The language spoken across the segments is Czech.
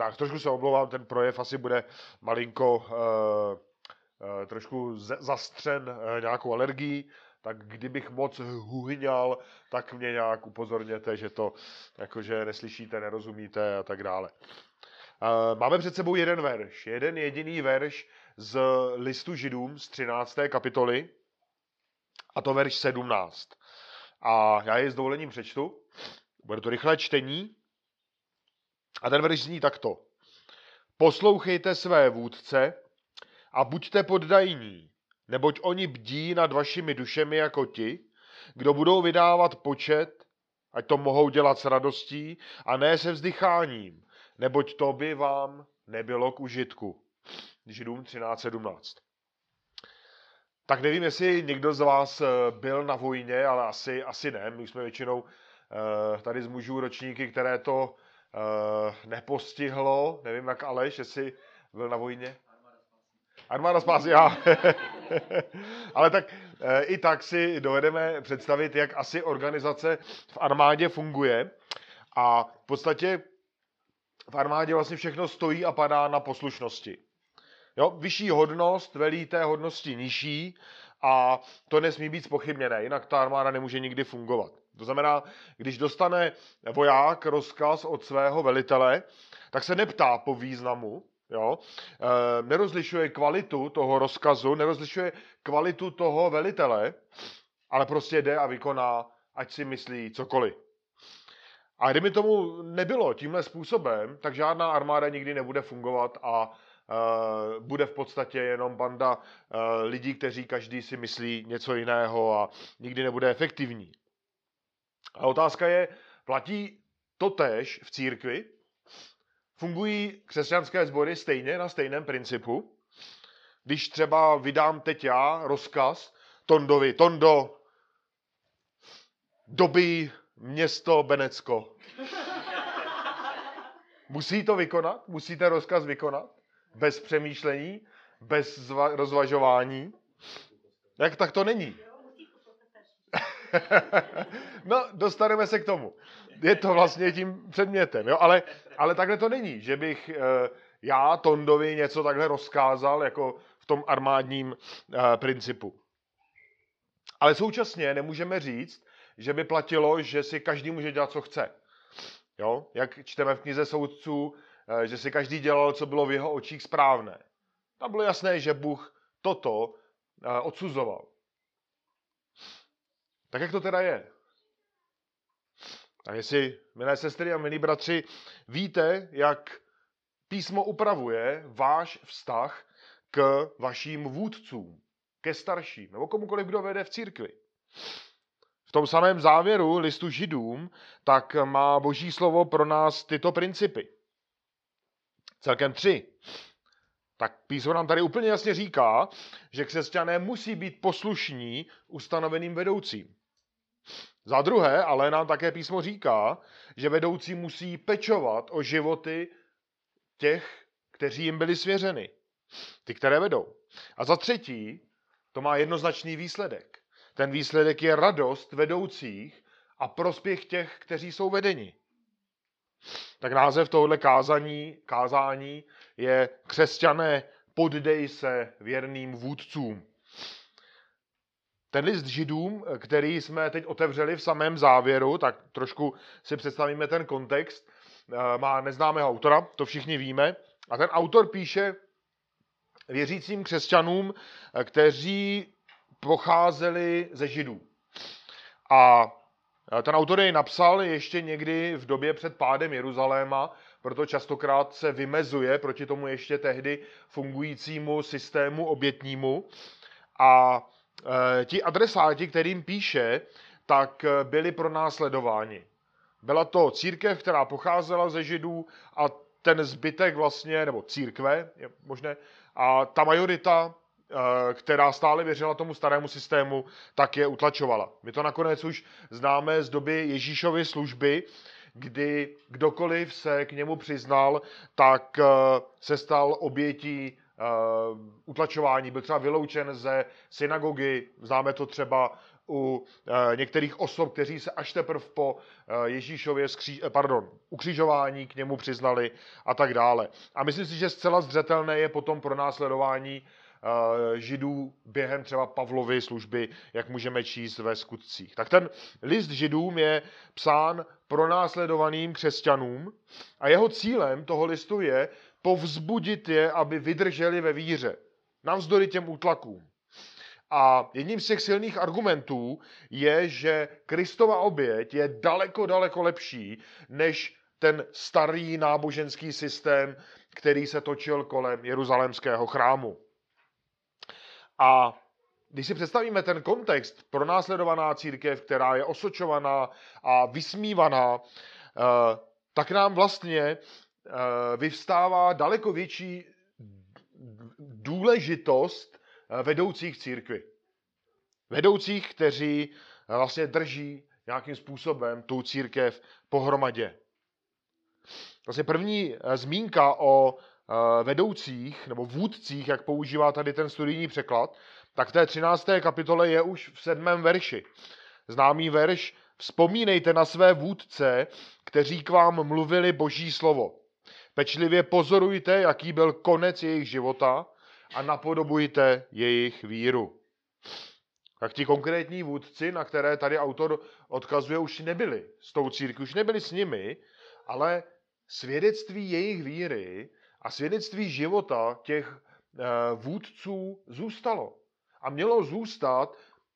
Tak, trošku se omlouvám, ten projev asi bude malinko trošku zastřen nějakou alergií, tak kdybych moc huhňal, tak mě nějak upozorněte, že to jakože neslyšíte, nerozumíte a tak dále. Máme před sebou jeden verš, jeden jediný verš z listu Židům z 13. kapitoly, a to verš 17. A já je s dovolením přečtu, bude to rychlé čtení, a ten verš zní takto. Poslouchejte své vůdce a buďte poddajní, neboť oni bdí nad vašimi dušemi jako ti, kdo budou vydávat počet, ať to mohou dělat s radostí a ne se vzdycháním, neboť to by vám nebylo k užitku. Židům 13:17. Tak nevím, jestli někdo z vás byl na vojně, ale asi ne. My jsme většinou tady z mužů ročníky, které to nepostihlo. Nevím, jak Aleš, jestli byl na vojně. Armáda spásy, já. Ale tak i tak si dovedeme představit, jak asi organizace v armádě funguje. A v podstatě v armádě vlastně všechno stojí a padá na poslušnosti. Jo, vyšší hodnost velí té hodnosti nižší a to nesmí být zpochybněné, jinak ta armáda nemůže nikdy fungovat. To znamená, když dostane voják rozkaz od svého velitele, tak se neptá po významu, jo? Nerozlišuje kvalitu toho rozkazu, nerozlišuje kvalitu toho velitele, ale prostě jde a vykoná, ať si myslí cokoliv. A kdyby tomu nebylo tímhle způsobem, tak žádná armáda nikdy nebude fungovat a bude v podstatě jenom banda lidí, kteří každý si myslí něco jiného a nikdy nebude efektivní. A otázka je, platí totéž v církvi? Fungují křesťanské sbory stejně, na stejném principu? Když třeba vydám teď já rozkaz Tondovi, Tondo, dobij město Benecko. Musí to vykonat? Musí ten rozkaz vykonat? Bez přemýšlení? Bez rozvažování? Jak tak to není? No, dostaneme se k tomu. Je to vlastně tím předmětem, jo? Ale takhle to není, že bych já Tondovi něco takhle rozkázal, jako v tom armádním principu. Ale současně nemůžeme říct, že by platilo, že si každý může dělat, co chce. Jo? Jak čteme v knize Soudců, že si každý dělal, co bylo v jeho očích správné. Tam bylo jasné, že Bůh toto odsuzoval. Tak jak to teda je? A jestli, milé sestry a milí bratři, víte, jak písmo upravuje váš vztah k vašim vůdcům, ke starším, nebo komukoliv, kdo vede v církvi. V tom samém závěru listu Židům tak má Boží slovo pro nás tyto principy. Celkem 3. Tak písmo nám tady úplně jasně říká, že křesťané musí být poslušní ustanoveným vedoucím. Za druhé, ale nám také písmo říká, že vedoucí musí pečovat o životy těch, kteří jim byli svěřeny. Ty, které vedou. A za třetí, to má jednoznačný výsledek. Ten výsledek je radost vedoucích a prospěch těch, kteří jsou vedeni. Tak název tohohle kázání je Křesťané, poddej se věrným vůdcům. Ten list Židům, který jsme teď otevřeli v samém závěru, tak trošku si představíme ten kontext, má neznámého autora, to všichni víme. A ten autor píše věřícím křesťanům, kteří pocházeli ze Židů. A ten autor jej napsal ještě někdy v době před pádem Jeruzaléma, proto častokrát se vymezuje proti tomu ještě tehdy fungujícímu systému obětnímu. A ti adresáti, kterým píše, tak byli pronásledováni. Byla to církev, která pocházela ze Židů a ten zbytek vlastně, nebo církve, je možné, a ta majorita, která stále věřila tomu starému systému, tak je utlačovala. My to nakonec už známe z doby Ježíšovy služby, kdy kdokoliv se k němu přiznal, tak se stal obětí utlačování, byl třeba vyloučen ze synagogy, známe to třeba u některých osob, kteří se až teprve po Ježíšově ukřižování k němu přiznali a tak dále. A myslím si, že zcela zřetelné je potom pronásledování Židů během třeba Pavlovy služby, jak můžeme číst ve Skutcích. Tak ten list Židům je psán pronásledovaným křesťanům a jeho cílem toho listu je povzbudit je, aby vydrželi ve víře, navzdory těm útlakům. A jedním z těch silných argumentů je, že Kristova oběť je daleko, daleko lepší než ten starý náboženský systém, který se točil kolem jeruzalémského chrámu. A když si představíme ten kontext, pronásledovaná církev, která je osočovaná a vysmívaná, tak nám vlastně vyvstává daleko větší důležitost vedoucích církvi. Vedoucích, kteří vlastně drží nějakým způsobem tu církev pohromadě. Vlastně první zmínka o vedoucích nebo vůdcích, jak používá tady ten studijní překlad, tak v té 13. kapitole je už v 7. verši. Známý verš: Vzpomínejte na své vůdce, kteří k vám mluvili Boží slovo. Pečlivě pozorujte, jaký byl konec jejich života a napodobujte jejich víru. Tak ti konkrétní vůdci, na které tady autor odkazuje, už nebyli s tou církví, už nebyli s nimi, ale svědectví jejich víry a svědectví života těch vůdců zůstalo. A mělo zůstat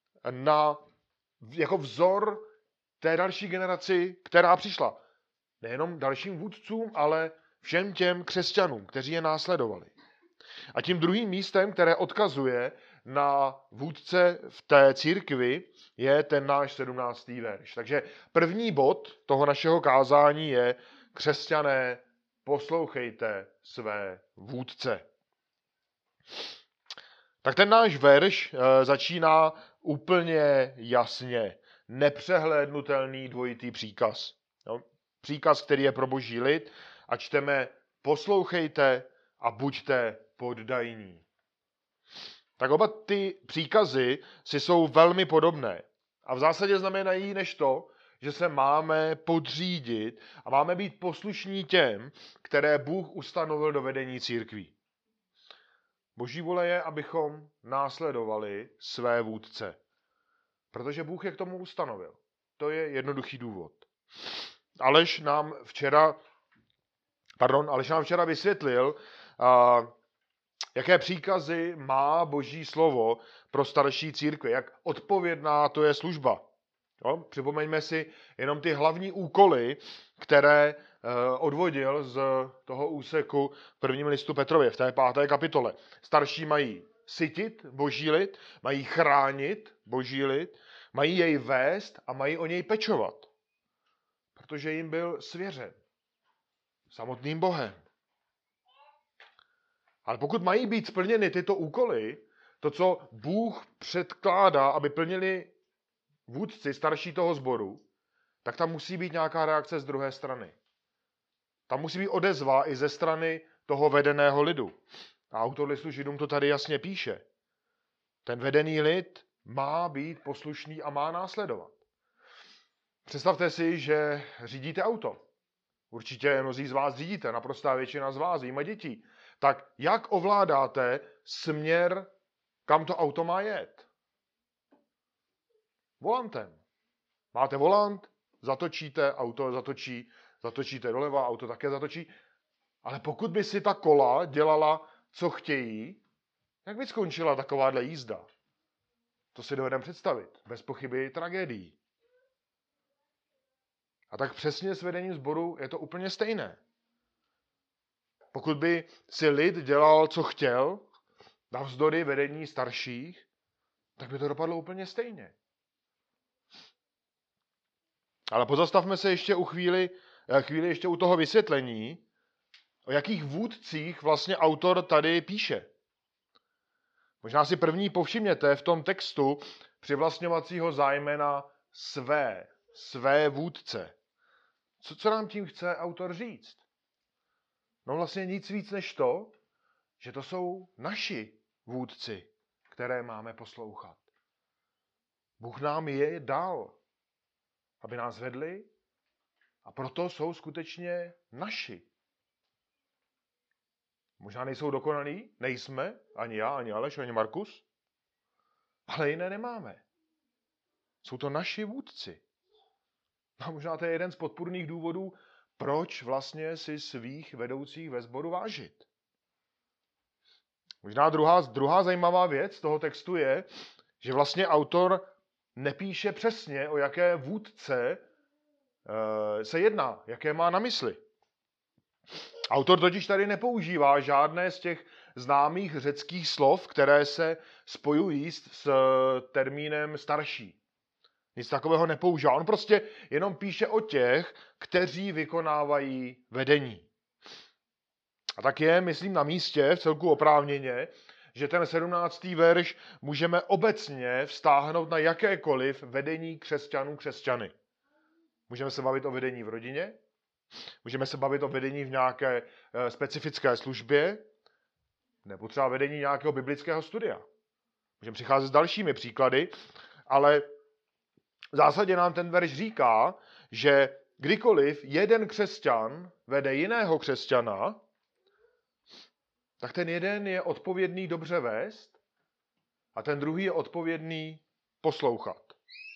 jako vzor té další generaci, která přišla. Nejenom dalším vůdcům, ale všem těm křesťanům, kteří je následovali. A tím druhým místem, které odkazuje na vůdce v té církvi, je ten náš 17. verš. Takže první bod toho našeho kázání je: křesťané, poslouchejte své vůdce. Tak ten náš verš začíná úplně jasně. Nepřehlédnutelný dvojitý příkaz. Příkaz, který je pro Boží lid, a čteme: poslouchejte a buďte poddajní. Tak oba ty příkazy si jsou velmi podobné. A v zásadě znamenají než to, že se máme podřídit a máme být poslušní těm, které Bůh ustanovil do vedení církví. Boží vůle je, abychom následovali své vůdce. Protože Bůh je k tomu ustanovil. To je jednoduchý důvod. Aleš nám včera vysvětlil, jaké příkazy má Boží slovo pro starší církve, jak odpovědná to je služba. Připomeňme si jenom ty hlavní úkoly, které odvodil z toho úseku v prvním listu Petrově, v té 5. kapitole. Starší mají sytit Boží lid, mají chránit Boží lid, mají jej vést a mají o něj pečovat. Protože jim byl svěřen samotným Bohem. Ale pokud mají být splněny tyto úkoly, to, co Bůh předkládá, aby plnili vůdci starší toho sboru, tak tam musí být nějaká reakce z druhé strany. Tam musí být odezva i ze strany toho vedeného lidu. A autor listu Židům to tady jasně píše. Ten vedený lid má být poslušný a má následovat. Představte si, že řídíte auto. Určitě mnozí z vás řídíte, naprostá většina z vás, vyjma dětí. Tak jak ovládáte směr, kam to auto má jet? Volantem. Máte volant, zatočíte, auto zatočí, zatočíte doleva, auto také zatočí. Ale pokud by si ta kola dělala, co chtějí, jak by skončila takováhle jízda? To si dovedeme představit. Bez pochyby tragédií. A tak přesně s vedením sboru je to úplně stejné. Pokud by si lid dělal, co chtěl, navzdory vedení starších, tak by to dopadlo úplně stejně. Ale pozastavme se ještě chvíli ještě u toho vysvětlení, o jakých vůdcích vlastně autor tady píše. Možná si první povšimněte v tom textu přivlastňovacího zájmena své vůdce. Co nám tím chce autor říct? No vlastně nic víc než to, že to jsou naši vůdci, které máme poslouchat. Bůh nám je dal, aby nás vedli, a proto jsou skutečně naši. Možná nejsou dokonalí, nejsme, ani já, ani Aleš, ani Markus, ale jiné nemáme. Jsou to naši vůdci. A možná to je jeden z podpůrných důvodů, proč vlastně si svých vedoucích ve sboru vážit. Možná druhá zajímavá věc toho textu je, že vlastně autor nepíše přesně, o jaké vůdce se jedná, jaké má na mysli. Autor totiž tady nepoužívá žádné z těch známých řeckých slov, které se spojují s termínem starší. Nic takového nepoužívá. On prostě jenom píše o těch, kteří vykonávají vedení. A tak je, myslím, na místě, v celku oprávněně, že ten 17. verš můžeme obecně vztáhnout na jakékoliv vedení křesťany. Můžeme se bavit o vedení v rodině, můžeme se bavit o vedení v nějaké specifické službě, nebo třeba vedení nějakého biblického studia. Můžeme přicházet s dalšími příklady, ale v zásadě nám ten verš říká, že kdykoliv jeden křesťan vede jiného křesťana, tak ten jeden je odpovědný dobře vést a ten druhý je odpovědný poslouchat.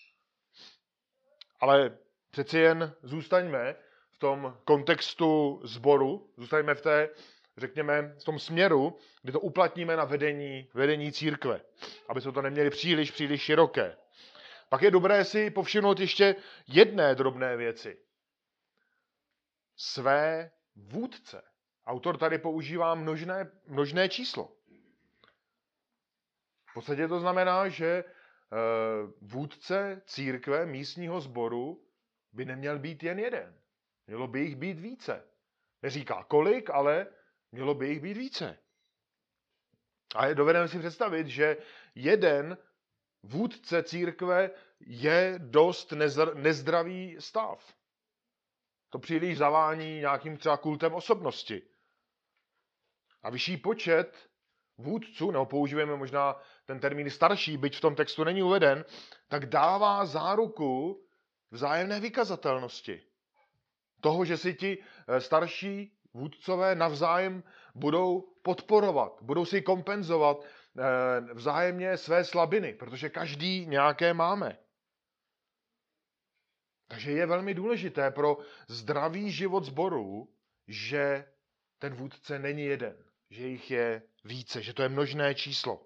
Ale přeci jen zůstaňme v tom kontextu sboru, zůstaňme v tom směru, kdy to uplatníme na vedení církve, aby jsme to neměli příliš široké. Pak je dobré si povšimnout ještě jedné drobné věci. Své vůdce. Autor tady používá množné číslo. V podstatě to znamená, že vůdce církve, místního sboru, by neměl být jen jeden. Mělo by jich být více. Neříká kolik, ale mělo by jich být více. A dovedeme si představit, že jeden vůdce církve je dost nezdravý stav. To příliš zavání nějakým třeba kultem osobnosti. A vyšší počet vůdců, nebo používáme možná ten termín starší, byť v tom textu není uveden, tak dává záruku vzájemné vykazatelnosti. Toho, že si ti starší vůdcové navzájem budou podporovat, budou si kompenzovat vzájemně své slabiny, protože každý nějaké máme. Takže je velmi důležité pro zdravý život sboru, že ten vůdce není jeden, že jich je více, že to je množné číslo.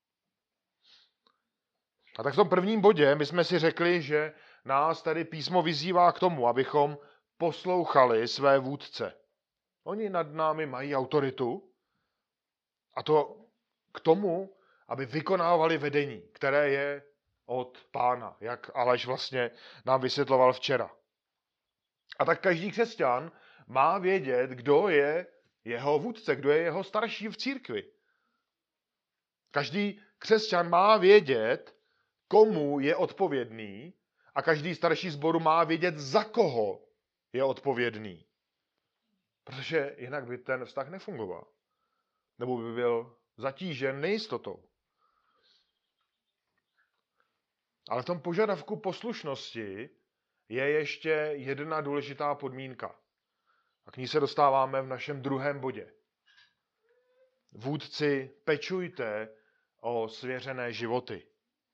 A tak v tom prvním bodě my jsme si řekli, že nás tady písmo vyzývá k tomu, abychom poslouchali své vůdce. Oni nad námi mají autoritu a to k tomu, aby vykonávali vedení, které je od Pána, jak Aleš vlastně nám vysvětloval včera. A tak každý křesťan má vědět, kdo je jeho vůdce, kdo je jeho starší v církvi. Každý křesťan má vědět, komu je odpovědný a každý starší sboru má vědět, za koho je odpovědný. Protože jinak by ten vztah nefungoval. Nebo by byl zatížen nejistotou. Ale v tom požadavku poslušnosti je ještě jedna důležitá podmínka. A k ní se dostáváme v našem druhém bodě. Vůdci, pečujte o svěřené životy.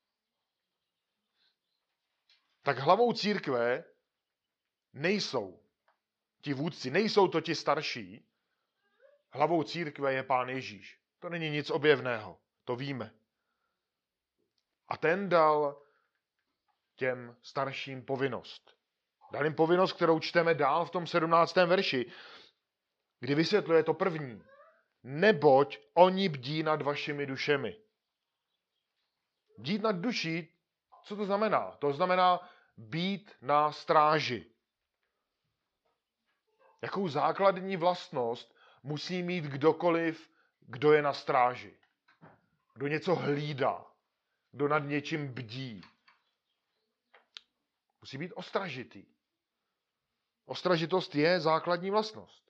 Tak hlavou církve nejsou ti vůdci, nejsou to ti starší. Hlavou církve je Pán Ježíš. To není nic objevného, to víme. A ten dal těm starším povinnost. Dal jim povinnost, kterou čteme dál v tom 17. verši, kdy vysvětluje to první. Neboť oni bdí nad vašimi dušemi. Bdít nad duší, co to znamená? To znamená být na stráži. Jakou základní vlastnost musí mít kdokoliv, kdo je na stráži? Kdo něco hlídá? Kdo nad něčím bdí? Musí být ostražitý. Ostražitost je základní vlastnost.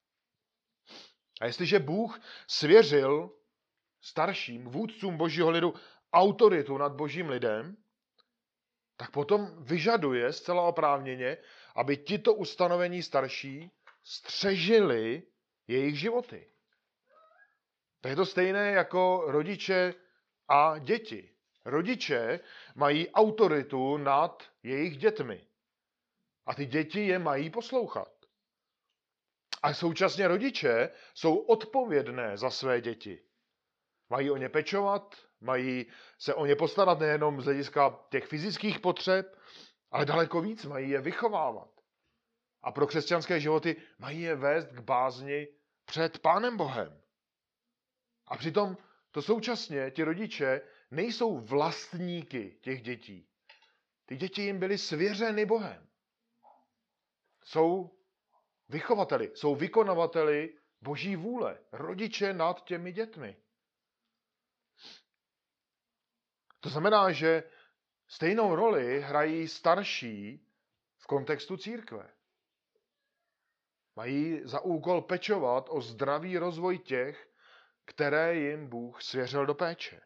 A jestliže Bůh svěřil starším vůdcům božího lidu autoritu nad božím lidem, tak potom vyžaduje zcela oprávněně, aby tito ustanovení starší střežili jejich životy. To je to stejné jako rodiče a děti. Rodiče mají autoritu nad jejich dětmi. A ty děti je mají poslouchat. A současně rodiče jsou odpovědné za své děti. Mají o ně pečovat, mají se o ně postarat nejenom z hlediska těch fyzických potřeb, ale daleko víc mají je vychovávat. A pro křesťanské životy mají je vést k bázni před Pánem Bohem. A přitom to současně ti rodiče nejsou vlastníky těch dětí. Ty děti jim byly svěřeny Bohem. Jsou vychovateli, jsou vykonavateli Boží vůle. Rodiče nad těmi dětmi. To znamená, že stejnou roli hrají starší v kontextu církve. Mají za úkol pečovat o zdravý rozvoj těch, které jim Bůh svěřil do péče.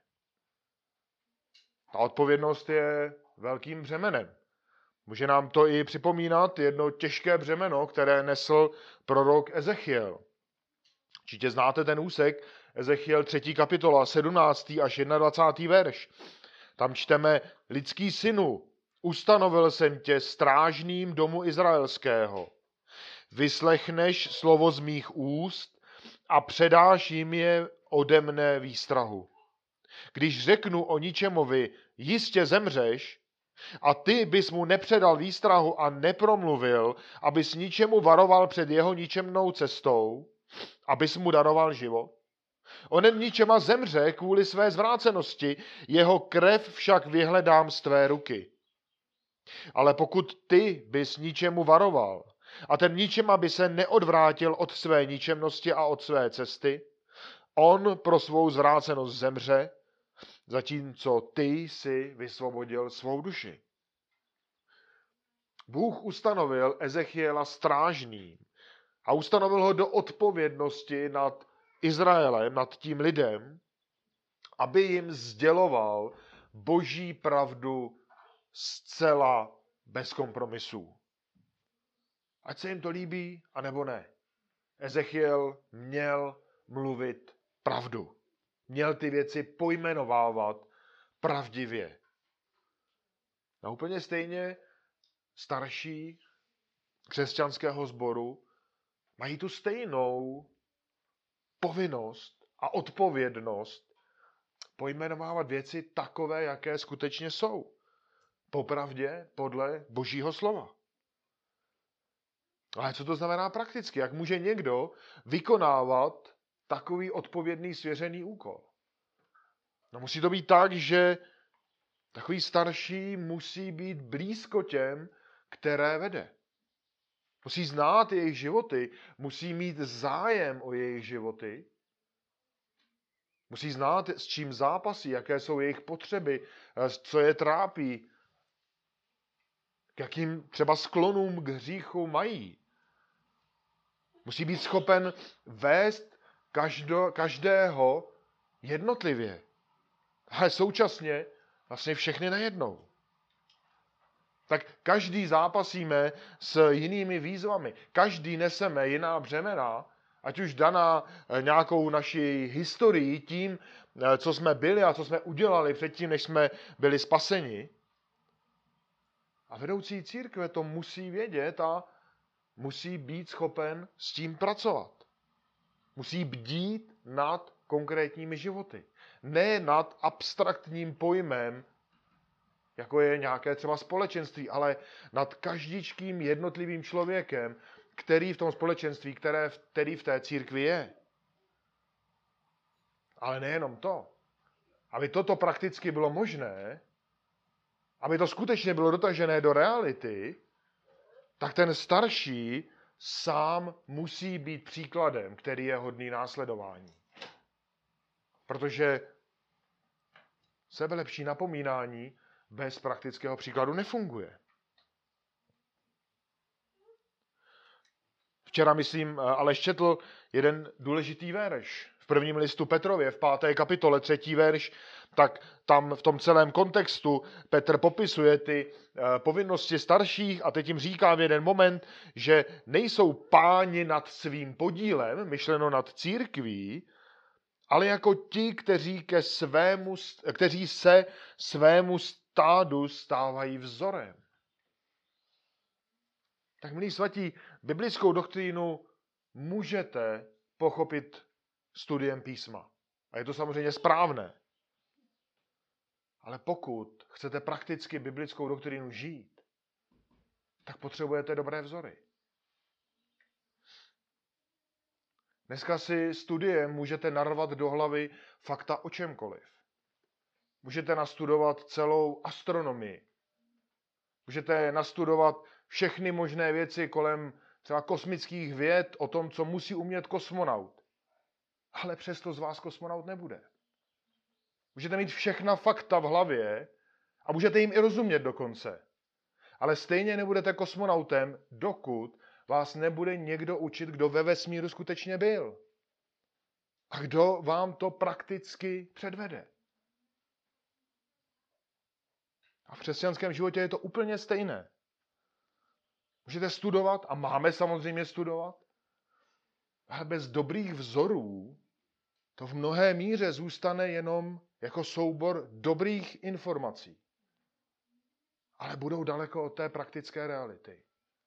Ta odpovědnost je velkým břemenem. Může nám to i připomínat jedno těžké břemeno, které nesl prorok Ezechiel. Určitě znáte ten úsek, Ezechiel 3. kapitola, 17. až 21. verš. Tam čteme: lidský synu, ustanovil jsem tě strážným domu izraelského. Vyslechneš slovo z mých úst a předáš jim je ode mne výstrahu. Když řeknu o ničemovi, jistě zemřeš, a ty bys mu nepředal výstrahu a nepromluvil, abys ničemu varoval před jeho ničemnou cestou, abys mu daroval život. Onen ničema zemře kvůli své zvrácenosti, jeho krev však vyhledám z tvé ruky. Ale pokud ty bys ničemu varoval a ten ničema by se neodvrátil od své ničemnosti a od své cesty, on pro svou zvrácenost zemře, zatímco ty si vysvobodil svou duši. Bůh ustanovil Ezechiela strážným a ustanovil ho do odpovědnosti nad Izraelem, nad tím lidem, aby jim sděloval Boží pravdu zcela bez kompromisů. Ať se jim to líbí, anebo ne. Ezechiel měl mluvit pravdu. Měl ty věci pojmenovávat pravdivě. A úplně stejně starší křesťanského sboru mají tu stejnou povinnost a odpovědnost pojmenovávat věci takové, jaké skutečně jsou. Popravdě podle Božího slova. Ale co to znamená prakticky? Jak může někdo vykonávat takový odpovědný svěřený úkol? No musí to být tak, že takový starší musí být blízko těm, které vede. Musí znát jejich životy, musí mít zájem o jejich životy, musí znát, s čím zápasí, jaké jsou jejich potřeby, co je trápí, k jakým třeba sklonům k hříchu mají. Musí být schopen vést každého jednotlivě, ale současně vlastně všechny najednou. Tak každý zápasíme s jinými výzvami. Každý neseme jiná břemena, ať už daná nějakou naší historií, tím, co jsme byli a co jsme udělali předtím, než jsme byli spaseni. A vedoucí církve to musí vědět a musí být schopen s tím pracovat. Musí bdít nad konkrétními životy. Ne nad abstraktním pojmem, jako je nějaké třeba společenství, ale nad každičkým jednotlivým člověkem, který v tom společenství, který v té církvi je. Ale nejenom to. Aby toto prakticky bylo možné, aby to skutečně bylo dotažené do reality, tak ten starší sám musí být příkladem, který je hodný následování. Protože sebelepší napomínání bez praktického příkladu nefunguje. Včera, myslím, Aleš četl jeden důležitý verš v prvním listu Petrově, v 5. kapitole, 3. verš, tak tam v tom celém kontextu Petr popisuje ty povinnosti starších a teď jim říká v jeden moment, že nejsou páni nad svým podílem, myšleno nad církví, ale jako ti, kteří se svému stádu stávají vzorem. Tak, milí svatí, biblickou doktrínu můžete pochopit studiem písma. A je to samozřejmě správné. Ale pokud chcete prakticky biblickou doktrínu žít, tak potřebujete dobré vzory. Dneska si studiem můžete narvat do hlavy fakta o čemkoliv. Můžete nastudovat celou astronomii. Můžete nastudovat všechny možné věci kolem třeba kosmických věd, o tom, co musí umět kosmonaut. Ale přesto z vás kosmonaut nebude. Můžete mít všechna fakta v hlavě a můžete jim i rozumět dokonce. Ale stejně nebudete kosmonautem, dokud vás nebude někdo učit, kdo ve vesmíru skutečně byl. A kdo vám to prakticky předvede. A v křesťanském životě je to úplně stejné. Můžete studovat, a máme samozřejmě studovat, ale bez dobrých vzorů to v mnohé míře zůstane jenom jako soubor dobrých informací. Ale budou daleko od té praktické reality.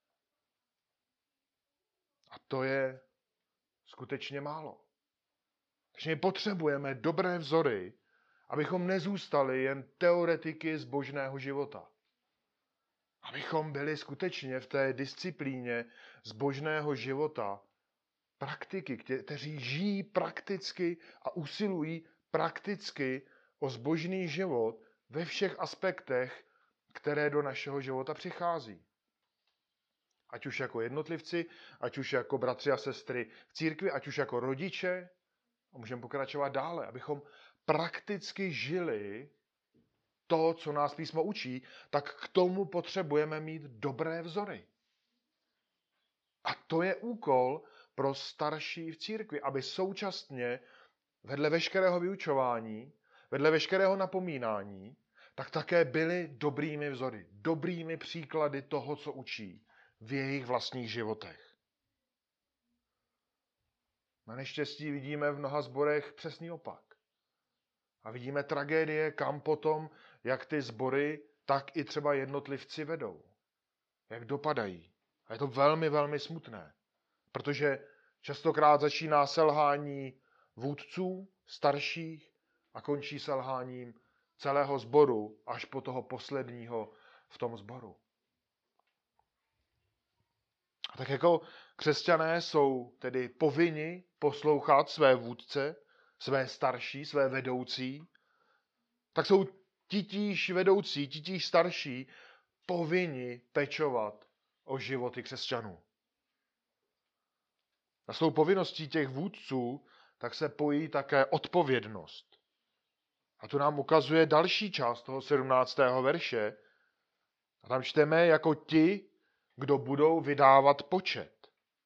A to je skutečně málo. Takže my potřebujeme dobré vzory, abychom nezůstali jen teoretiky zbožného života. Abychom byli skutečně v té disciplíně zbožného života praktiky, kteří žijí prakticky a usilují prakticky o zbožný život ve všech aspektech, které do našeho života přichází. Ať už jako jednotlivci, ať už jako bratři a sestry v církvi, ať už jako rodiče, a můžeme pokračovat dále, abychom prakticky žili to, co nás písmo učí, tak k tomu potřebujeme mít dobré vzory. A to je úkol pro starší v církvi, aby současně vedle veškerého vyučování, vedle veškerého napomínání, tak také byli dobrými vzory, dobrými příklady toho, co učí v jejich vlastních životech. Na neštěstí vidíme v mnoha sborech přesný opak. A vidíme tragédie, kam potom, jak ty sbory, tak i třeba jednotlivci vedou. Jak dopadají. A je to velmi, velmi smutné. Protože častokrát začíná selhání vůdců, starších a končí selháním celého sboru až po toho posledního v tom sboru. A tak jako křesťané jsou tedy povinni poslouchat své vůdce, své starší, své vedoucí, tak jsou titíž vedoucí, titíž starší povinni pečovat o životy křesťanů. A s tou povinností těch vůdců tak se pojí také odpovědnost. A to nám ukazuje další část toho 17. verše. A tam čteme jako ti, kdo budou vydávat počet.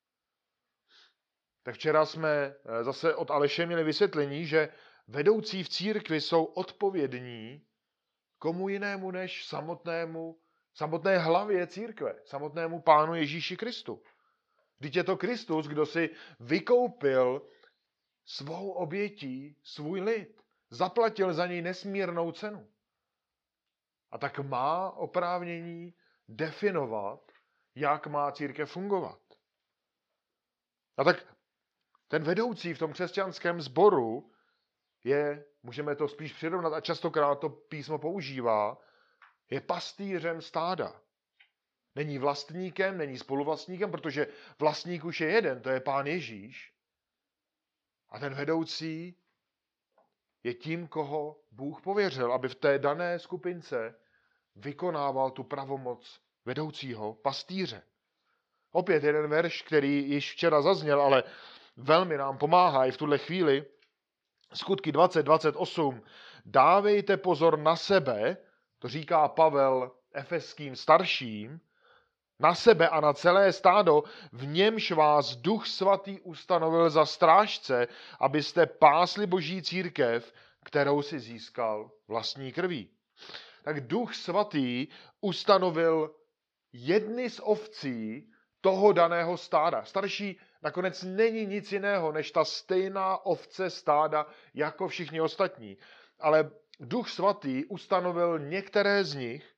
Tak včera jsme zase od Aleše měli vysvětlení, že vedoucí v církvi jsou odpovědní komu jinému než samotné hlavě církve, samotnému Pánu Ježíši Kristu. Vždyť je to Kristus, kdo si vykoupil svou obětí svůj lid. Zaplatil za něj nesmírnou cenu. A tak má oprávnění definovat, jak má církev fungovat. A tak ten vedoucí v tom křesťanském sboru je, můžeme to spíš přirovnat, a častokrát to písmo používá, je pastýřem stáda. Není vlastníkem, není spoluvlastníkem, protože vlastník už je jeden, to je Pán Ježíš. A ten vedoucí je tím, koho Bůh pověřil, aby v té dané skupince vykonával tu pravomoc vedoucího pastýře. Opět jeden verš, který již včera zazněl, ale velmi nám pomáhá i v tuhle chvíli. Skutky 20:28. Dávejte pozor na sebe, to říká Pavel efeským starším, na sebe a na celé stádo, v němž vás Duch Svatý ustanovil za strážce, abyste pásli Boží církev, kterou si získal vlastní krví. Tak Duch Svatý ustanovil jedny z ovcí toho daného stáda. Starší nakonec není nic jiného, než ta stejná ovce stáda, jako všichni ostatní. Ale Duch Svatý ustanovil některé z nich,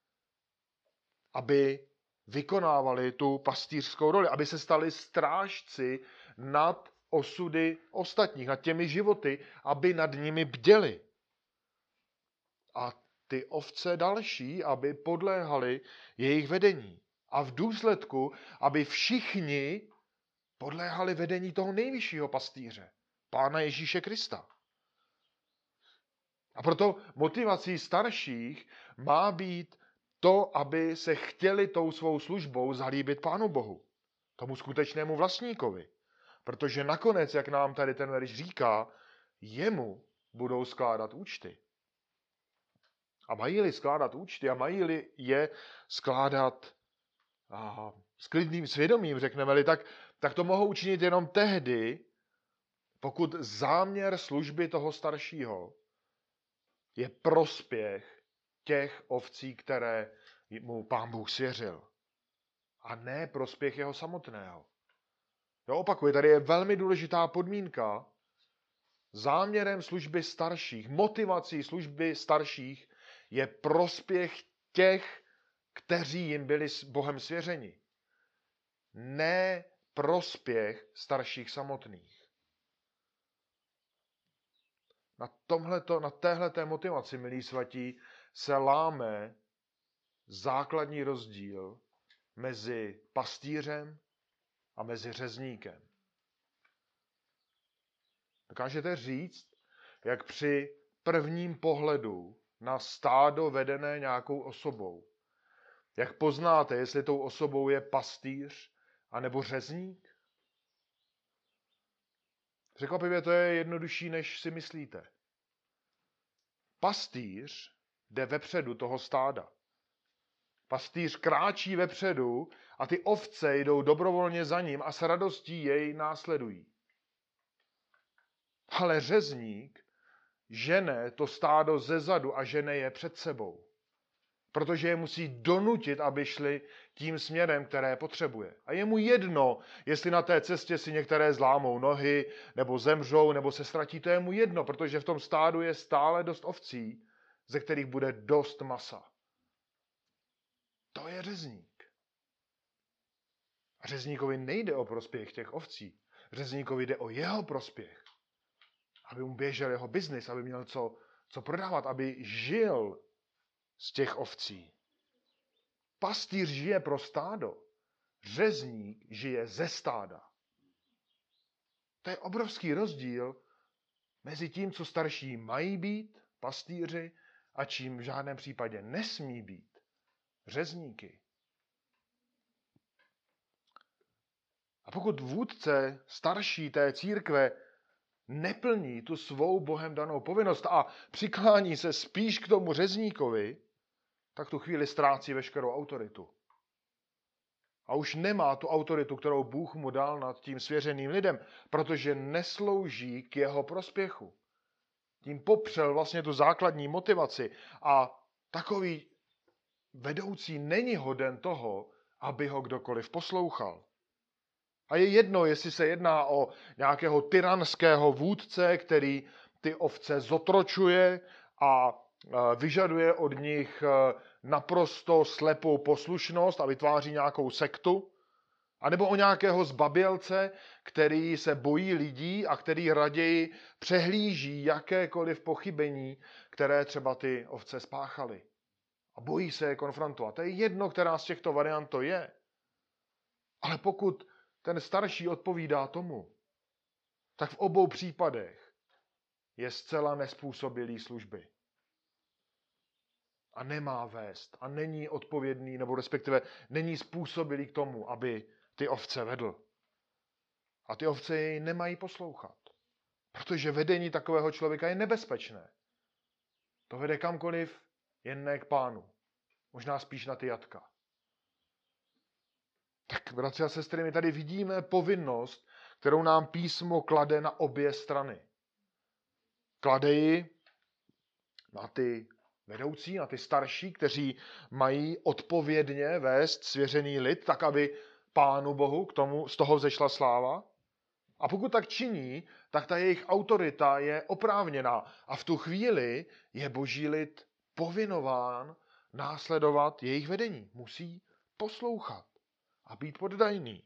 aby vykonávali tu pastýřskou roli, aby se stali strážci nad osudy ostatních, nad těmi životy, aby nad nimi bděli. A ty ovce další, aby podléhali jejich vedení. A v důsledku, aby všichni podléhali vedení toho nejvyššího pastýře, Pána Ježíše Krista. A proto motivací starších má být to, aby se chtěli tou svou službou zalíbit Pánu Bohu, tomu skutečnému vlastníkovi. Protože nakonec, jak nám tady ten verš říká, jemu budou skládat účty. A mají-li skládat účty a mají-li je skládat s klidným svědomím, řekneme-li, tak to mohou učinit jenom tehdy, pokud záměr služby toho staršího je prospěch těch ovcí, které mu Pán Bůh svěřil. A ne prospěch jeho samotného. Jo, opakuji, tady je velmi důležitá podmínka. Záměrem služby starších, motivací služby starších je prospěch těch, kteří jim byli s Bohem svěřeni. Ne prospěch starších samotných. Na téhleté motivaci, milí svatí, se láme základní rozdíl mezi pastýřem a mezi řezníkem. Dokážete říct, jak při prvním pohledu na stádo vedené nějakou osobou, jak poznáte, jestli tou osobou je pastýř anebo řezník? Překvapivě to je jednodušší, než si myslíte. Pastýř jde vepředu toho stáda. Pastýř kráčí vepředu a ty ovce jdou dobrovolně za ním a s radostí jej následují. Ale řezník žene to stádo zezadu a žene je před sebou. Protože je musí donutit, aby šli tím směrem, které potřebuje. A je mu jedno, jestli na té cestě si některé zlámou nohy, nebo zemřou, nebo se ztratí. To je mu jedno, protože v tom stádu je stále dost ovcí, ze kterých bude dost masa. To je řezník. A řezníkovi nejde o prospěch těch ovcí. Řezníkovi jde o jeho prospěch. Aby mu běžel jeho biznis, aby měl co prodávat, aby žil z těch ovcí. Pastýř žije pro stádo. Řezník žije ze stáda. To je obrovský rozdíl mezi tím, co starší mají být, pastýři, a čím v žádném případě nesmí být, řezníky. A pokud vůdce starší té církve neplní tu svou Bohem danou povinnost a přiklání se spíš k tomu řezníkovi, tak tu chvíli ztrácí veškerou autoritu. A už nemá tu autoritu, kterou Bůh mu dal nad tím svěřeným lidem, protože neslouží k jeho prospěchu. Tím popřel vlastně tu základní motivaci a takový vedoucí není hoden toho, aby ho kdokoliv poslouchal. A je jedno, jestli se jedná o nějakého tyranského vůdce, který ty ovce zotročuje a vyžaduje od nich naprosto slepou poslušnost a vytváří nějakou sektu, anebo o nějakého zbabělce, který se bojí lidí a který raději přehlíží jakékoliv pochybení, které třeba ty ovce spáchaly. A bojí se je konfrontovat. To je jedno, která z těchto variant to je. Ale pokud ten starší odpovídá tomu, tak v obou případech je zcela nezpůsobilý služby. A nemá vést. A není odpovědný, nebo respektive není způsobilý k tomu, aby ty ovce vedl. A ty ovce jej nemají poslouchat. Protože vedení takového člověka je nebezpečné. To vede kamkoliv, jen ne k Pánu. Možná spíš na ty jatka. Tak, bratři a sestry, my tady vidíme povinnost, kterou nám písmo klade na obě strany. Klade ji na ty vedoucí, na ty starší, kteří mají odpovědně vést svěřený lid, tak aby Pánu Bohu z toho vzešla sláva. A pokud tak činí, tak ta jejich autorita je oprávněná. A v tu chvíli je boží lid povinován následovat jejich vedení. Musí poslouchat a být poddajný.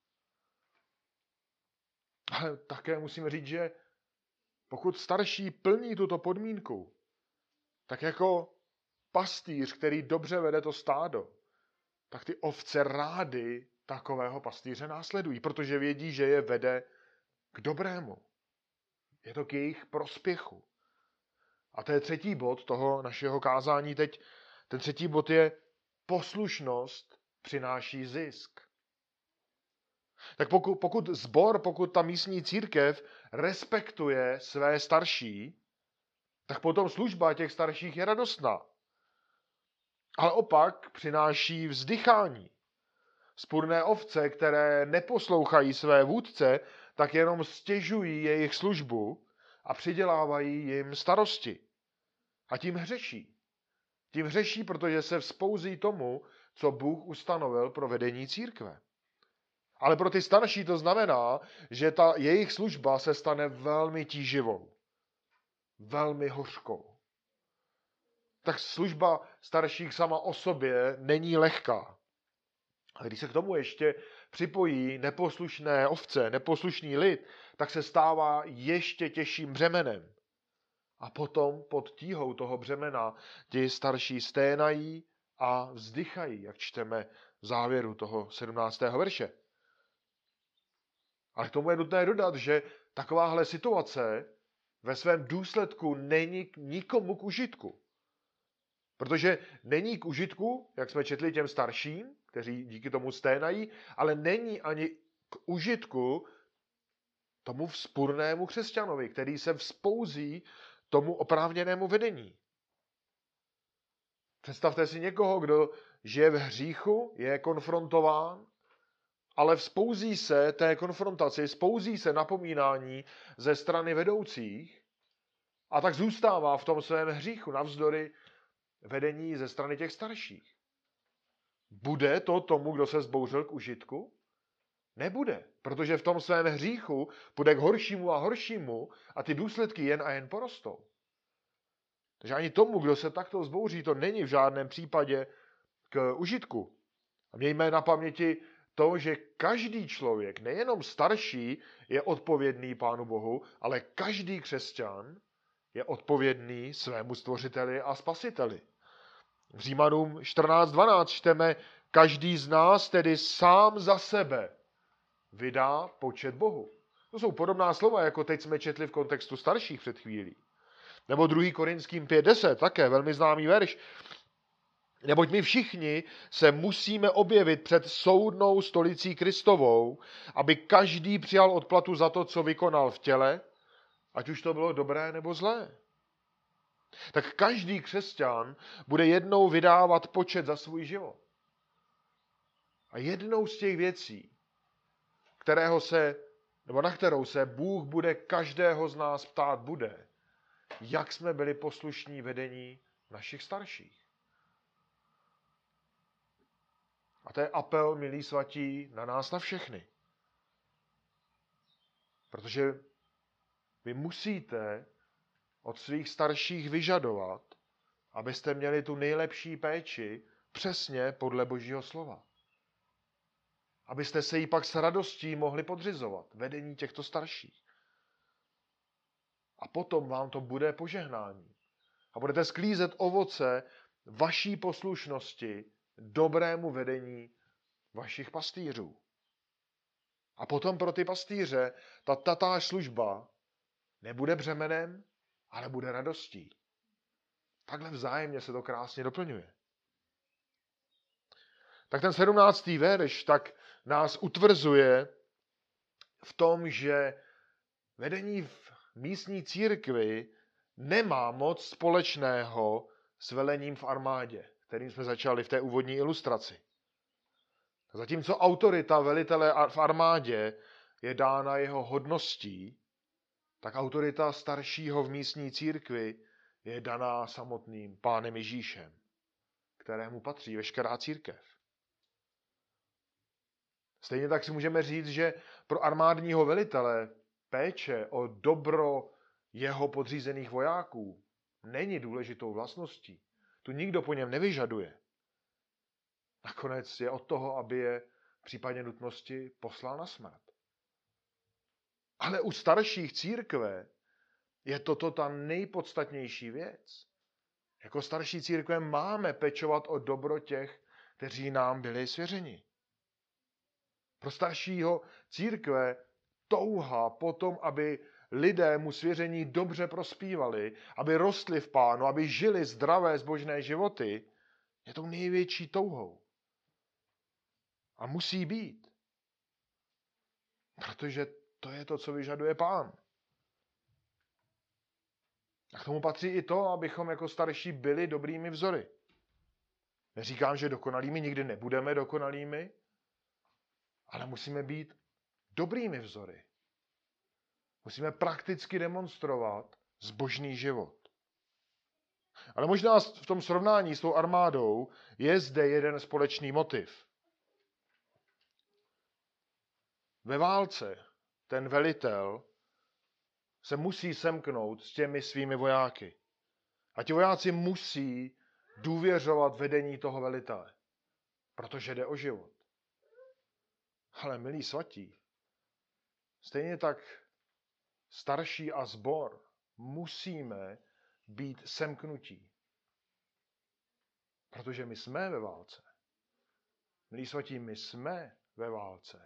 Ale také musíme říct, že pokud starší plní tuto podmínku, tak jako pastýř, který dobře vede to stádo, tak ty ovce rády takového pastýře následují, protože vědí, že je vede k dobrému. Je to k jejich prospěchu. A to je třetí bod toho našeho kázání teď. Ten třetí bod je poslušnost přináší zisk. Tak pokud ta místní církev respektuje své starší, tak potom služba těch starších je radostná. Ale opak přináší vzdychání. Vzpurné ovce, které neposlouchají své vůdce, tak jenom stěžují jejich službu a přidělávají jim starosti. A tím hřeší. Tím hřeší, protože se vzpouzí tomu, co Bůh ustanovil pro vedení církve. Ale pro ty starší to znamená, že ta jejich služba se stane velmi tíživou. Velmi hořkou. Tak služba starších sama o sobě není lehká. Ale když se k tomu ještě připojí neposlušné ovce, neposlušný lid, tak se stává ještě těžším břemenem. A potom pod tíhou toho břemena ti starší sténají a vzdychají, jak čteme v závěru toho 17. verše. Ale k tomu je nutné dodat, že takováhle situace ve svém důsledku není nikomu k užitku. Protože není k užitku, jak jsme četli těm starším, kteří díky tomu sténají, ale není ani k užitku tomu vzpurnému křesťanovi, který se vzpouzí tomu oprávněnému vedení. Představte si někoho, kdo žije v hříchu, je konfrontován, ale vzpouzí se té konfrontaci, vzpouzí se napomínání ze strany vedoucích a tak zůstává v tom svém hříchu navzdory vedení ze strany těch starších. Bude to tomu, kdo se vzbouřil, k užitku? Nebude, protože v tom svém hříchu půjde k horšímu a horšímu a ty důsledky jen a jen porostou. Takže ani tomu, kdo se takto vzbouří, to není v žádném případě k užitku. A mějme na paměti to, že každý člověk, nejenom starší, je odpovědný Pánu Bohu, ale každý křesťan je odpovědný svému stvořiteli a spasiteli. V Římanům 14.12 čteme, každý z nás tedy sám za sebe vydá počet Bohu. To jsou podobná slova, jako teď jsme četli v kontextu starších před chvílí. Nebo 2. Korinským 5.10, také velmi známý verš. Neboť my všichni se musíme objevit před soudnou stolicí Kristovou, aby každý přijal odplatu za to, co vykonal v těle, ať už to bylo dobré nebo zlé. Tak každý křesťan bude jednou vydávat počet za svůj život. A jednou z těch věcí, na kterou se Bůh bude každého z nás ptát, bude, jak jsme byli poslušní vedení našich starších. A to je apel, milí svatí, na nás, na všechny. Protože vy musíte od svých starších vyžadovat, abyste měli tu nejlepší péči přesně podle Božího slova. Abyste se jí pak s radostí mohli podřizovat, vedení těchto starších. A potom vám to bude požehnání. A budete sklízet ovoce vaší poslušnosti dobrému vedení vašich pastýřů. A potom pro ty pastýře ta tatáž služba nebude břemenem, ale bude radostí. Takhle vzájemně se to krásně doplňuje. Tak ten 17. verš tak nás utvrzuje v tom, že vedení v místní církvi nemá moc společného s velením v armádě, kterým jsme začali v té úvodní ilustraci. Zatímco autorita velitele v armádě je dána jeho hodností, tak autorita staršího v místní církvi je daná samotným Pánem Ježíšem, kterému patří veškerá církev. Stejně tak si můžeme říct, že pro armádního velitele péče o dobro jeho podřízených vojáků není důležitou vlastností. Tu nikdo po něm nevyžaduje. Nakonec je od toho, aby je v případě nutnosti poslal na smrt. Ale u starších církve je toto ta nejpodstatnější věc. Jako starší církve máme pečovat o dobro těch, kteří nám byli svěřeni. Pro staršího církve touha potom, aby lidé mu svěření dobře prospívali, aby rostli v Pánu, aby žili zdravé zbožné životy, je tou největší touhou. A musí být. Protože to je to, co vyžaduje Pán. A k tomu patří i to, abychom jako starší byli dobrými vzory. Neříkám, že dokonalými, nikdy nebudeme dokonalými, ale musíme být dobrými vzory. Musíme prakticky demonstrovat zbožný život. Ale možná v tom srovnání s tou armádou je zde jeden společný motiv. Ve válce ten velitel se musí semknout s těmi svými vojáky. A ti vojáci musí důvěřovat vedení toho velitele, protože jde o život. Ale milí svatí, stejně tak starší a sbor musíme být semknutí. Protože my jsme ve válce. Milí svatí, my jsme ve válce.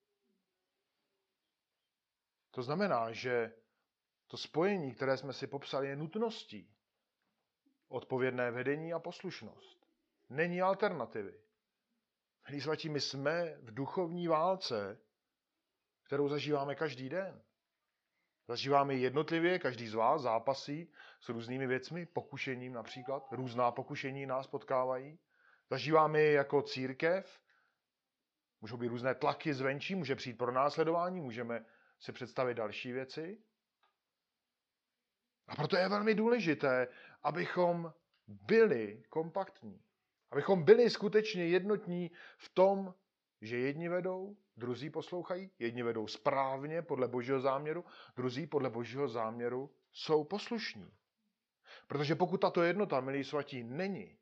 To znamená, že to spojení, které jsme si popsali, je nutností. Odpovědné vedení a poslušnost. Není alternativy. Milí svatí, my jsme v duchovní válce, kterou zažíváme každý den. Zažíváme ji jednotlivě, každý z vás zápasí s různými věcmi, pokušením například. Různá pokušení nás potkávají. Zažíváme je jako církev. Můžou být různé tlaky zvenčí, může přijít pronásledování, můžeme si představit další věci. A proto je velmi důležité, abychom byli kompaktní. Abychom byli skutečně jednotní v tom, že jedni vedou, druzí poslouchají, jedni vedou správně podle Božího záměru, druzí podle Božího záměru jsou poslušní. Protože pokud tato jednota, milí svatí, není,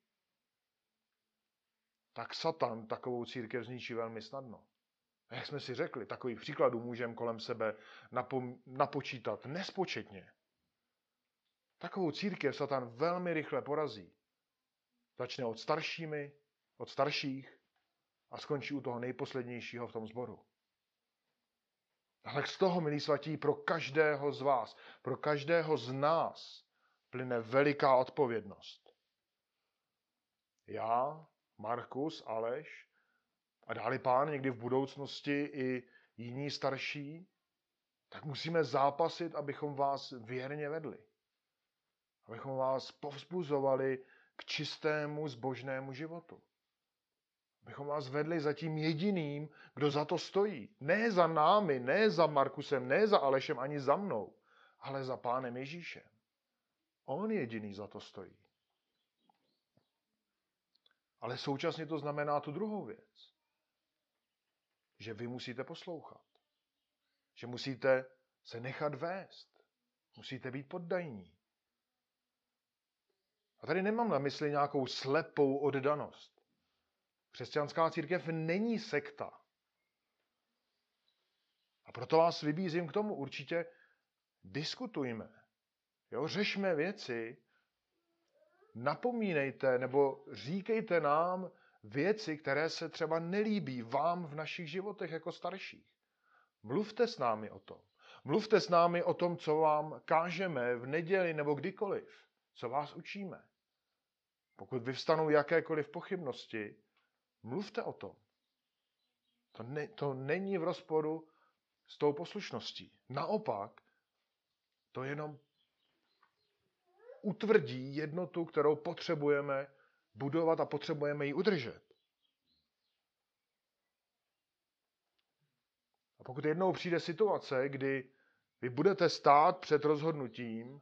tak Satan takovou církev zničí velmi snadno. A jak jsme si řekli, takových příkladů můžeme kolem sebe napočítat nespočetně. Takovou církev Satan velmi rychle porazí. Začne od starších a skončí u toho nejposlednějšího v tom sboru. Ale z toho, milí svatí, pro každého z vás, pro každého z nás plyne veliká odpovědnost. Já, Markus, Aleš a dáli Pán někdy v budoucnosti i jiní starší, tak musíme zápasit, abychom vás věrně vedli. Abychom vás povzbuzovali k čistému zbožnému životu. Abychom vás vedli za tím jediným, kdo za to stojí. Ne za námi, ne za Markusem, ne za Alešem, ani za mnou, ale za Pánem Ježíšem. On jediný za to stojí. Ale současně to znamená tu druhou věc. Že vy musíte poslouchat. Že musíte se nechat vést. Musíte být poddajní. A tady nemám na mysli nějakou slepou oddanost. Křesťanská církev není sekta. A proto vás vybízím k tomu, určitě diskutujme. Jo, řešme věci, napomínejte nebo říkejte nám věci, které se třeba nelíbí vám v našich životech jako starších. Mluvte s námi o tom. Mluvte s námi o tom, co vám kážeme v neděli nebo kdykoliv, co vás učíme. Pokud vyvstanou jakékoliv pochybnosti, mluvte o tom. To není v rozporu s tou poslušností. Naopak, to jenom utvrdí jednotu, kterou potřebujeme budovat a potřebujeme ji udržet. pokud jednou přijde situace, kdy vy budete stát před rozhodnutím,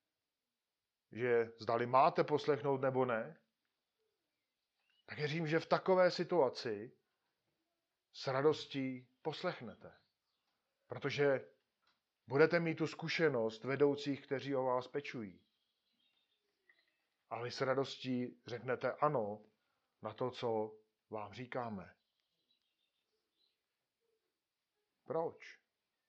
že zdali máte poslechnout nebo ne, tak věřím, že v takové situaci s radostí poslechnete. Protože budete mít tu zkušenost vedoucích, kteří o vás pečují. A vy s radostí řeknete ano na to, co vám říkáme. Proč?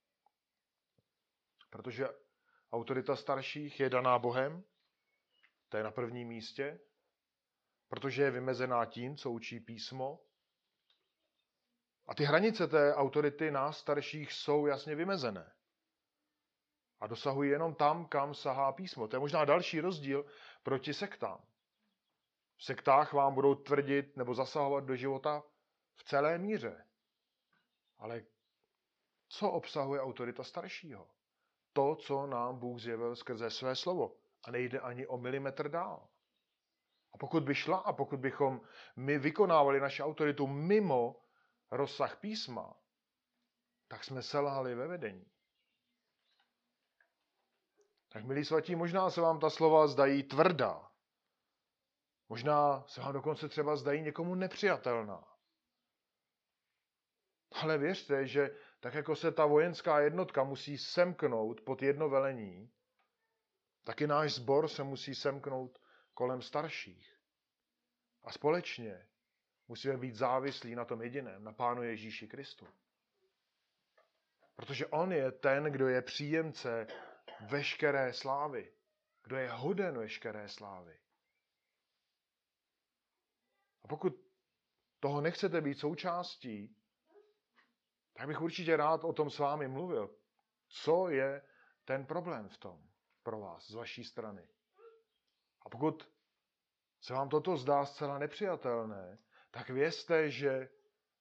Protože autorita starších je daná Bohem, to je na prvním místě, protože je vymezená tím, co učí písmo. A ty hranice té autority nás starších jsou jasně vymezené. A dosahují jenom tam, kam sahá písmo. To je možná další rozdíl proti sektám. V sektách vám budou tvrdit nebo zasahovat do života v celé míře. Ale co obsahuje autorita staršího? To, co nám Bůh zjevil skrze své slovo. A nejde ani o milimetr dál. A pokud by šla a pokud bychom my vykonávali naši autoritu mimo rozsah písma, tak jsme selhali ve vedení. Tak milí svatí, možná se vám ta slova zdají tvrdá. Možná se vám dokonce třeba zdají někomu nepřijatelná. Ale věřte, že tak jako se ta vojenská jednotka musí semknout pod jedno velení, tak i náš sbor se musí semknout kolem starších. A společně musíme být závislí na tom jediném, na Pánu Ježíši Kristu. Protože on je ten, kdo je příjemce veškeré slávy. Kdo je hoden veškeré slávy. A pokud toho nechcete být součástí, tak bych určitě rád o tom s vámi mluvil. Co je ten problém v tom pro vás, z vaší strany? A pokud se vám toto zdá zcela nepřijatelné, tak vězte, že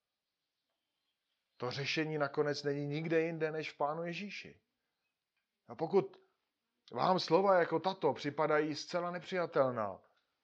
to řešení nakonec není nikde jinde než v Pánu Ježíši. A pokud vám slova jako tato připadají zcela nepřijatelná,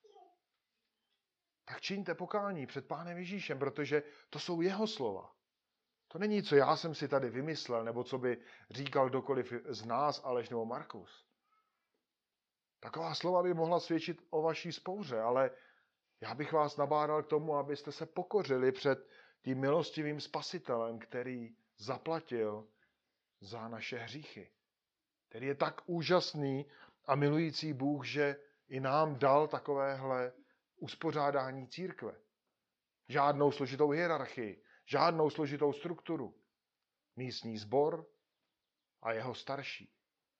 tak čiňte pokání před Pánem Ježíšem, protože to jsou jeho slova. To není, co já jsem si tady vymyslel, nebo co by říkal kdokoliv z nás, Aleš nebo Markus. Taková slova by mohla svědčit o vaší spouře, ale já bych vás nabádal k tomu, abyste se pokořili před tím milostivým spasitelem, který zaplatil za naše hříchy. Který je tak úžasný a milující Bůh, že i nám dal takovéhle uspořádání církve. Žádnou složitou hierarchii, žádnou složitou strukturu. Místní sbor a jeho starší.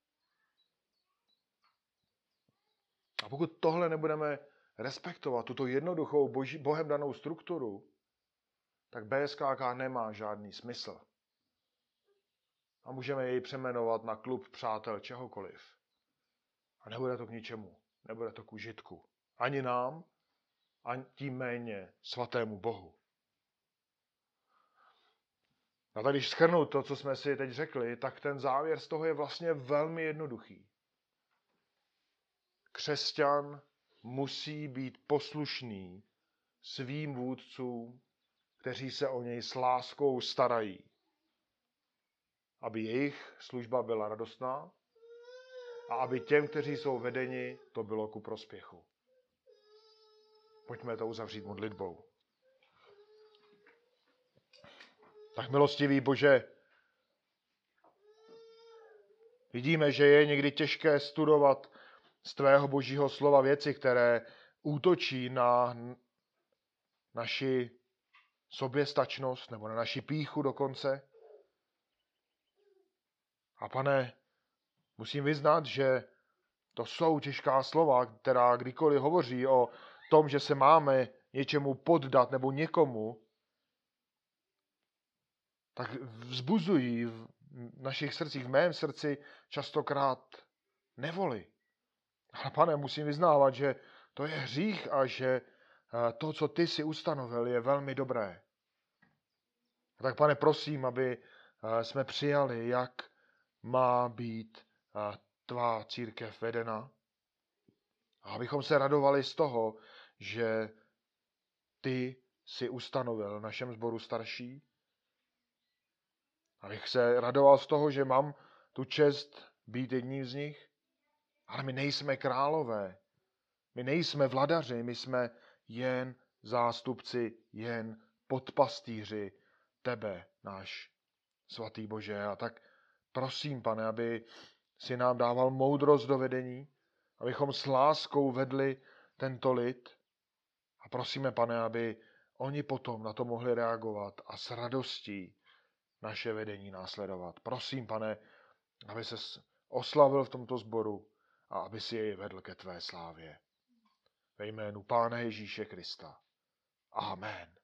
A pokud tohle nebudeme respektovat, tuto jednoduchou Bohem danou strukturu, tak BSKK nemá žádný smysl. A můžeme jej přeměnovat na klub přátel čehokoliv. A nebude to k ničemu. Nebude to k užitku. Ani nám, ani tím méně svatému Bohu. A tady, když shrnout to, co jsme si teď řekli, tak ten závěr z toho je vlastně velmi jednoduchý. Křesťan musí být poslušný svým vůdcům, kteří se o něj s láskou starají. Aby jejich služba byla radostná a aby těm, kteří jsou vedeni, to bylo ku prospěchu. Pojďme to uzavřít modlitbou. Tak milostivý Bože, vidíme, že je někdy těžké studovat z tvého božího slova věci, které útočí na naši soběstačnost nebo na naši pýchu dokonce. A pane, musím vyznat, že to jsou těžká slova, která kdykoliv hovoří o tom, že se máme něčemu poddat nebo někomu, tak vzbuzují v našich srdcích, v mém srdci častokrát nevoli. Ale pane, musím vyznávat, že to je hřích a že to, co ty si ustanovil, je velmi dobré. A tak pane, prosím, aby jsme přijali, jak má být tvá církev vedena. A abychom se radovali z toho, že ty si ustanovil v našem sboru starší. Abych se radoval z toho, že mám tu čest být jedním z nich. Ale my nejsme králové. My nejsme vladaři, my jsme jen zástupci, jen podpastýři tebe, náš svatý Bože. A tak prosím, Pane, aby si nám dával moudrost do vedení, abychom s láskou vedli tento lid. A prosíme, Pane, aby oni potom na to mohli reagovat a s radostí naše vedení následovat. Prosím, Pane, aby se oslavil v tomto sboru a aby si jej vedl ke tvé slávě. Ve jménu Pána Ježíše Krista. Amen.